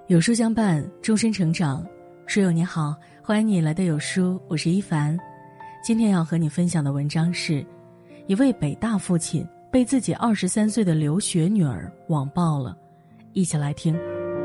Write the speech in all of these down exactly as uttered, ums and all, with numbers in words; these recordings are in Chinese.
有书相伴，终身成长。书友你好，欢迎你来到有书，我是一凡。今天要和你分享的文章是一位北大父亲被自己二十三岁的留学女儿网暴了，一起来听。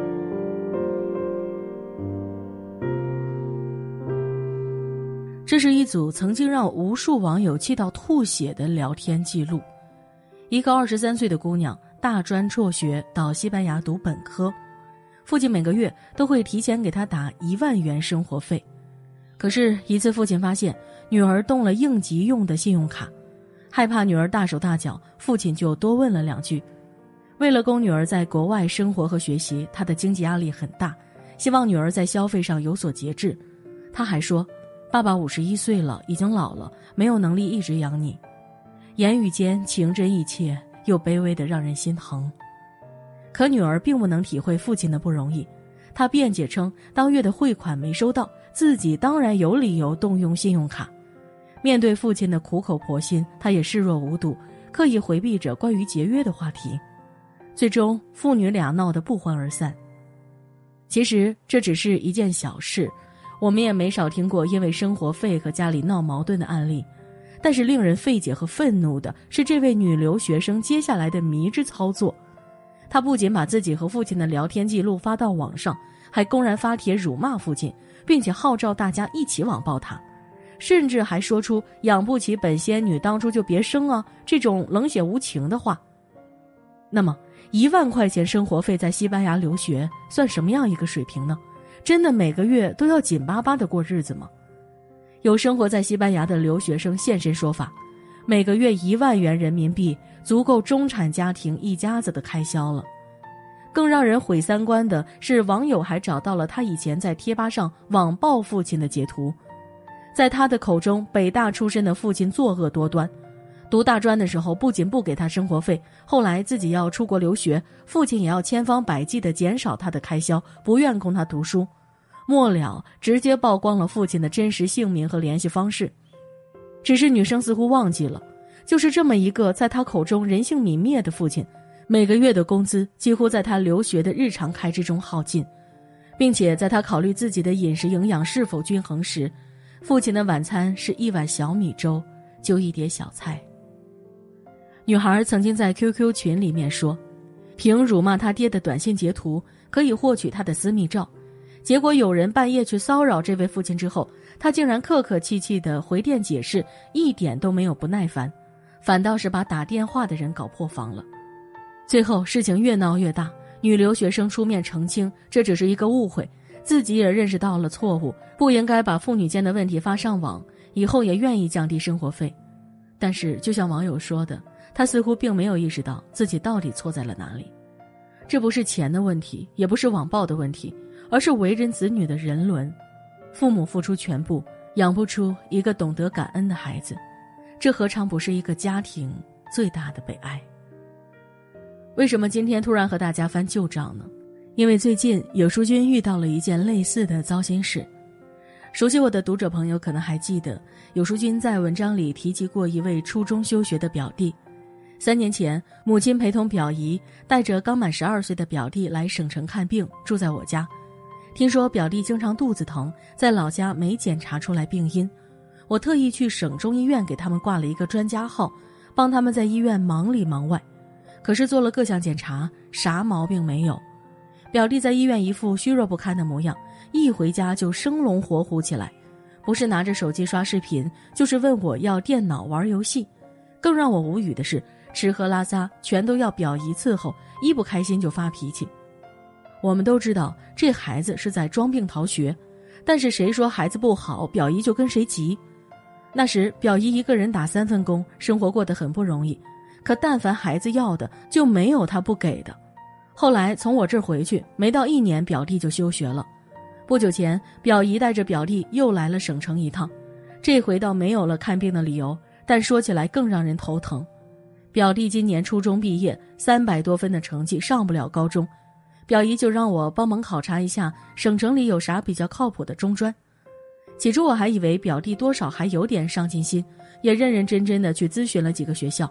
这是一组曾经让无数网友气到吐血的聊天记录。一个二十三岁的姑娘大专辍学到西班牙读本科，父亲每个月都会提前给她打一万元生活费。可是一次父亲发现女儿动了应急用的信用卡，害怕女儿大手大脚，父亲就多问了两句。为了供女儿在国外生活和学习，他的经济压力很大，希望女儿在消费上有所节制。他还说，爸爸五十一岁了，已经老了，没有能力一直养你。言语间情真意切，又卑微得让人心疼。可女儿并不能体会父亲的不容易，她辩解称当月的汇款没收到，自己当然有理由动用信用卡。面对父亲的苦口婆心，她也视若无睹，刻意回避着关于节约的话题。最终父女俩闹得不欢而散。其实这只是一件小事，我们也没少听过因为生活费和家里闹矛盾的案例。但是令人费解和愤怒的是这位女留学生接下来的迷之操作。她不仅把自己和父亲的聊天记录发到网上，还公然发帖辱骂父亲，并且号召大家一起网暴他，甚至还说出养不起本仙女当初就别生啊这种冷血无情的话。那么一万块钱生活费在西班牙留学算什么样一个水平呢？真的每个月都要紧巴巴的过日子吗？有生活在西班牙的留学生现身说法，每个月一万元人民币足够中产家庭一家子的开销了。更让人毁三观的是，网友还找到了他以前在贴吧上网暴父亲的截图。在他的口中，北大出身的父亲作恶多端，读大专的时候不仅不给他生活费，后来自己要出国留学，父亲也要千方百计地减少他的开销，不愿供他读书。末了直接曝光了父亲的真实姓名和联系方式。只是女生似乎忘记了，就是这么一个在她口中人性泯灭的父亲，每个月的工资几乎在她留学的日常开支中耗尽，并且在她考虑自己的饮食营养是否均衡时，父亲的晚餐是一碗小米粥，就一碟小菜。女孩曾经在 Q Q 群里面说，凭辱骂她爹的短信截图可以获取她的私密照，结果有人半夜去骚扰这位父亲之后，他竟然客客气气地回电解释，一点都没有不耐烦，反倒是把打电话的人搞破防了。最后事情越闹越大，女留学生出面澄清这只是一个误会，自己也认识到了错误，不应该把父女间的问题发上网，以后也愿意降低生活费。但是就像网友说的，她似乎并没有意识到自己到底错在了哪里。这不是钱的问题，也不是网暴的问题，而是为人子女的人伦。父母付出全部，养不出一个懂得感恩的孩子，这何尝不是一个家庭最大的悲哀？为什么今天突然和大家翻旧账呢？因为最近有书君遇到了一件类似的糟心事。熟悉我的读者朋友可能还记得，有书君在文章里提及过一位初中休学的表弟。三年前，母亲陪同表姨带着刚满十二岁的表弟来省城看病，住在我家。听说表弟经常肚子疼，在老家没检查出来病因，我特意去省中医院给他们挂了一个专家号，帮他们在医院忙里忙外。可是做了各项检查，啥毛病没有。表弟在医院一副虚弱不堪的模样，一回家就生龙活虎起来，不是拿着手机刷视频，就是问我要电脑玩游戏。更让我无语的是，吃喝拉撒全都要表姨伺候，一不开心就发脾气。我们都知道这孩子是在装病逃学，但是谁说孩子不好，表姨就跟谁急。那时表姨一个人打三份工，生活过得很不容易，可但凡孩子要的，就没有他不给的。后来从我这儿回去，没到一年表弟就休学了。不久前，表姨带着表弟又来了省城一趟，这回倒没有了看病的理由，但说起来更让人头疼。表弟今年初中毕业，三百多分的成绩上不了高中，表姨就让我帮忙考察一下省城里有啥比较靠谱的中专。起初我还以为表弟多少还有点上进心，也认认真真的去咨询了几个学校，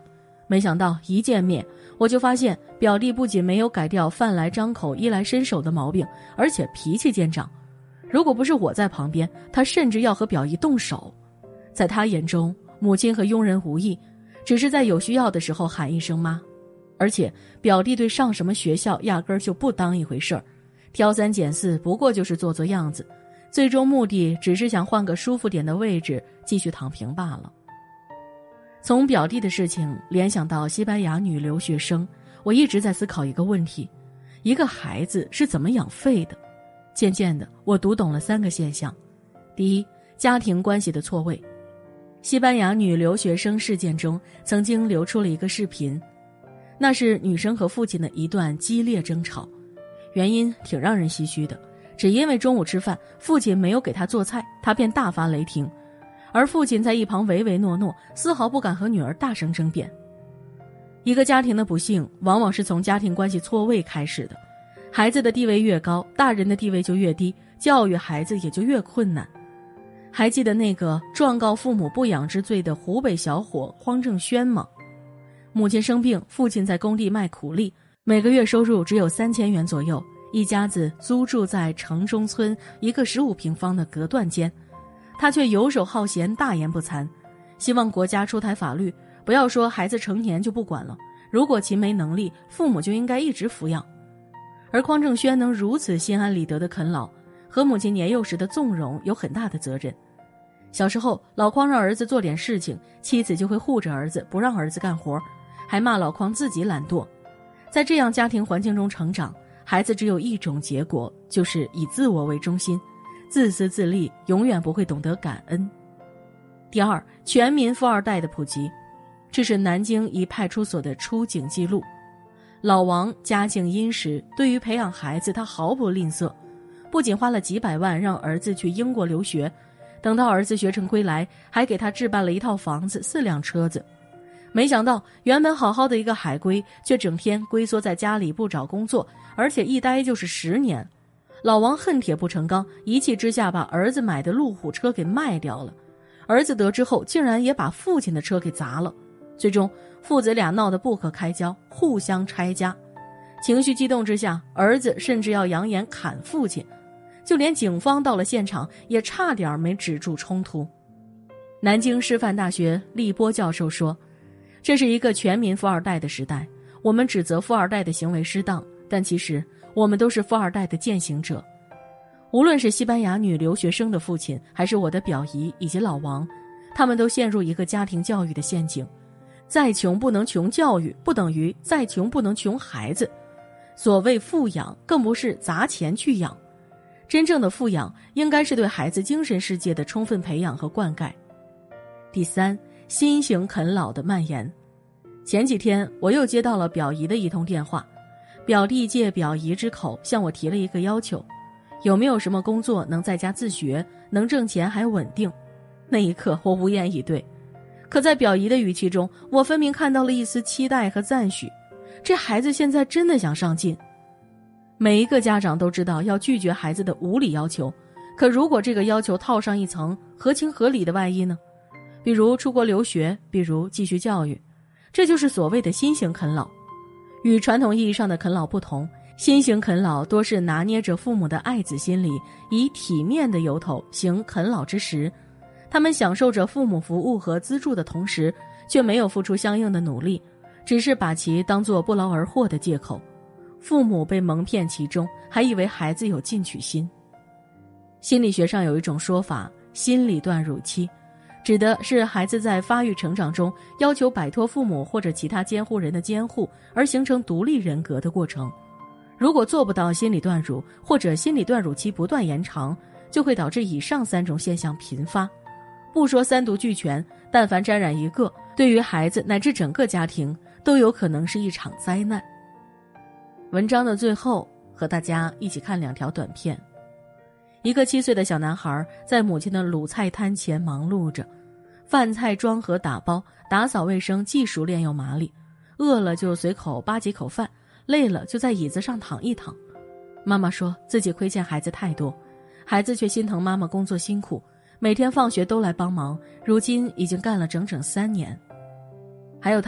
没想到一见面，我就发现表弟不仅没有改掉饭来张口衣来伸手的毛病，而且脾气见长。如果不是我在旁边，他甚至要和表姨动手。在他眼中，母亲和佣人无异，只是在有需要的时候喊一声妈。而且表弟对上什么学校压根儿就不当一回事儿，挑三拣四不过就是做做样子，最终目的只是想换个舒服点的位置继续躺平罢了。从表弟的事情联想到西班牙女留学生，我一直在思考一个问题：一个孩子是怎么养废的？渐渐的，我读懂了三个现象。第一，家庭关系的错位。西班牙女留学生事件中曾经流出了一个视频，那是女生和父亲的一段激烈争吵，原因挺让人唏嘘的，只因为中午吃饭，父亲没有给她做菜，她便大发雷霆，而父亲在一旁唯唯诺诺，丝毫不敢和女儿大声争辩。一个家庭的不幸往往是从家庭关系错位开始的，孩子的地位越高，大人的地位就越低，教育孩子也就越困难。还记得那个状告父母不养之罪的湖北小伙匡正轩吗？母亲生病，父亲在工地卖苦力，每个月收入只有三千元左右，一家子租住在城中村一个十五平方的隔断间。他却游手好闲，大言不惭，希望国家出台法律，不要说孩子成年就不管了，如果其没能力，父母就应该一直抚养。而匡正轩能如此心安理得的啃老，和母亲年幼时的纵容有很大的责任。小时候，老匡让儿子做点事情，妻子就会护着儿子，不让儿子干活，还骂老匡自己懒惰。在这样家庭环境中成长，孩子只有一种结果，就是以自我为中心，自私自利，永远不会懂得感恩。第二，全民富二代的普及。这是南京一派出所的出警记录。老王家境殷实，对于培养孩子他毫不吝啬，不仅花了几百万让儿子去英国留学，等到儿子学成归来，还给他置办了一套房子、四辆车子。没想到原本好好的一个海归，却整天龟缩在家里不找工作，而且一待就是十年。老王恨铁不成钢，一气之下把儿子买的路虎车给卖掉了。儿子得知后，竟然也把父亲的车给砸了。最终父子俩闹得不可开交，互相拆家。情绪激动之下，儿子甚至要扬言砍父亲，就连警方到了现场也差点没止住冲突。南京师范大学厉波教授说，这是一个全民富二代的时代，我们指责富二代的行为失当，但其实我们都是富二代的践行者。无论是西班牙女留学生的父亲，还是我的表姨以及老王，他们都陷入一个家庭教育的陷阱。再穷不能穷教育，不等于再穷不能穷孩子。所谓富养，更不是砸钱去养，真正的富养应该是对孩子精神世界的充分培养和灌溉。第三，新型啃老的蔓延。前几天我又接到了表姨的一通电话，表弟借表姨之口向我提了一个要求，有没有什么工作能在家自学，能挣钱还稳定。那一刻我无言以对，可在表姨的语气中，我分明看到了一丝期待和赞许。这孩子现在真的想上进。每一个家长都知道要拒绝孩子的无理要求，可如果这个要求套上一层合情合理的外衣呢？比如出国留学，比如继续教育，这就是所谓的新型啃老。与传统意义上的啃老不同，新型啃老多是拿捏着父母的爱子心理，以体面的由头行啃老之实。他们享受着父母服务和资助的同时，却没有付出相应的努力，只是把其当作不劳而获的借口。父母被蒙骗其中，还以为孩子有进取心。心理学上有一种说法，心理断乳期，指的是孩子在发育成长中要求摆脱父母或者其他监护人的监护，而形成独立人格的过程。如果做不到心理断乳，或者心理断乳期不断延长，就会导致以上三种现象频发。不说三毒俱全，但凡沾染一个，对于孩子乃至整个家庭都有可能是一场灾难。文章的最后，和大家一起看两条短片。一个七岁的小男孩在母亲的卤菜摊前忙碌着，饭菜装盒打包，打扫卫生既熟练又麻利，饿了就随口扒几口饭，累了就在椅子上躺一躺。妈妈说自己亏欠孩子太多，孩子却心疼妈妈工作辛苦，每天放学都来帮忙，如今已经干了整整三年。还有他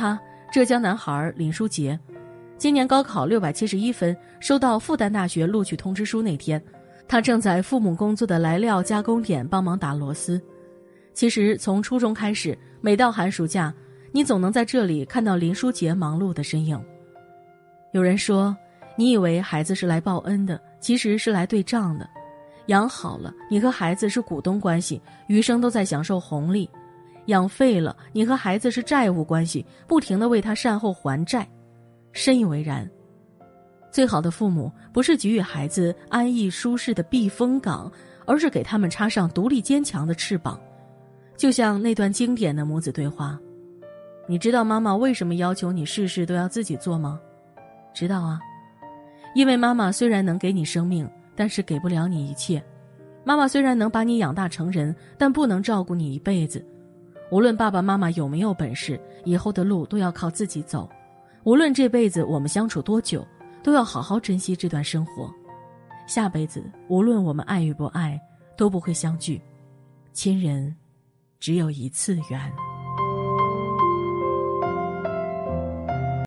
浙江男孩林书杰，今年高考六百七十一分，收到复旦大学录取通知书那天，他正在父母工作的来料加工点帮忙打螺丝。其实从初中开始，每到寒暑假，你总能在这里看到林书杰忙碌的身影。有人说，你以为孩子是来报恩的，其实是来对账的。养好了，你和孩子是股东关系，余生都在享受红利；养废了，你和孩子是债务关系，不停地为他善后还债。深以为然。最好的父母不是给予孩子安逸舒适的避风港，而是给他们插上独立坚强的翅膀。就像那段经典的母子对话，你知道妈妈为什么要求你事事都要自己做吗？知道啊，因为妈妈虽然能给你生命，但是给不了你一切。妈妈虽然能把你养大成人，但不能照顾你一辈子。无论爸爸妈妈有没有本事，以后的路都要靠自己走。无论这辈子我们相处多久，都要好好珍惜这段生活。下辈子无论我们爱与不爱，都不会相聚。亲人只有一次缘。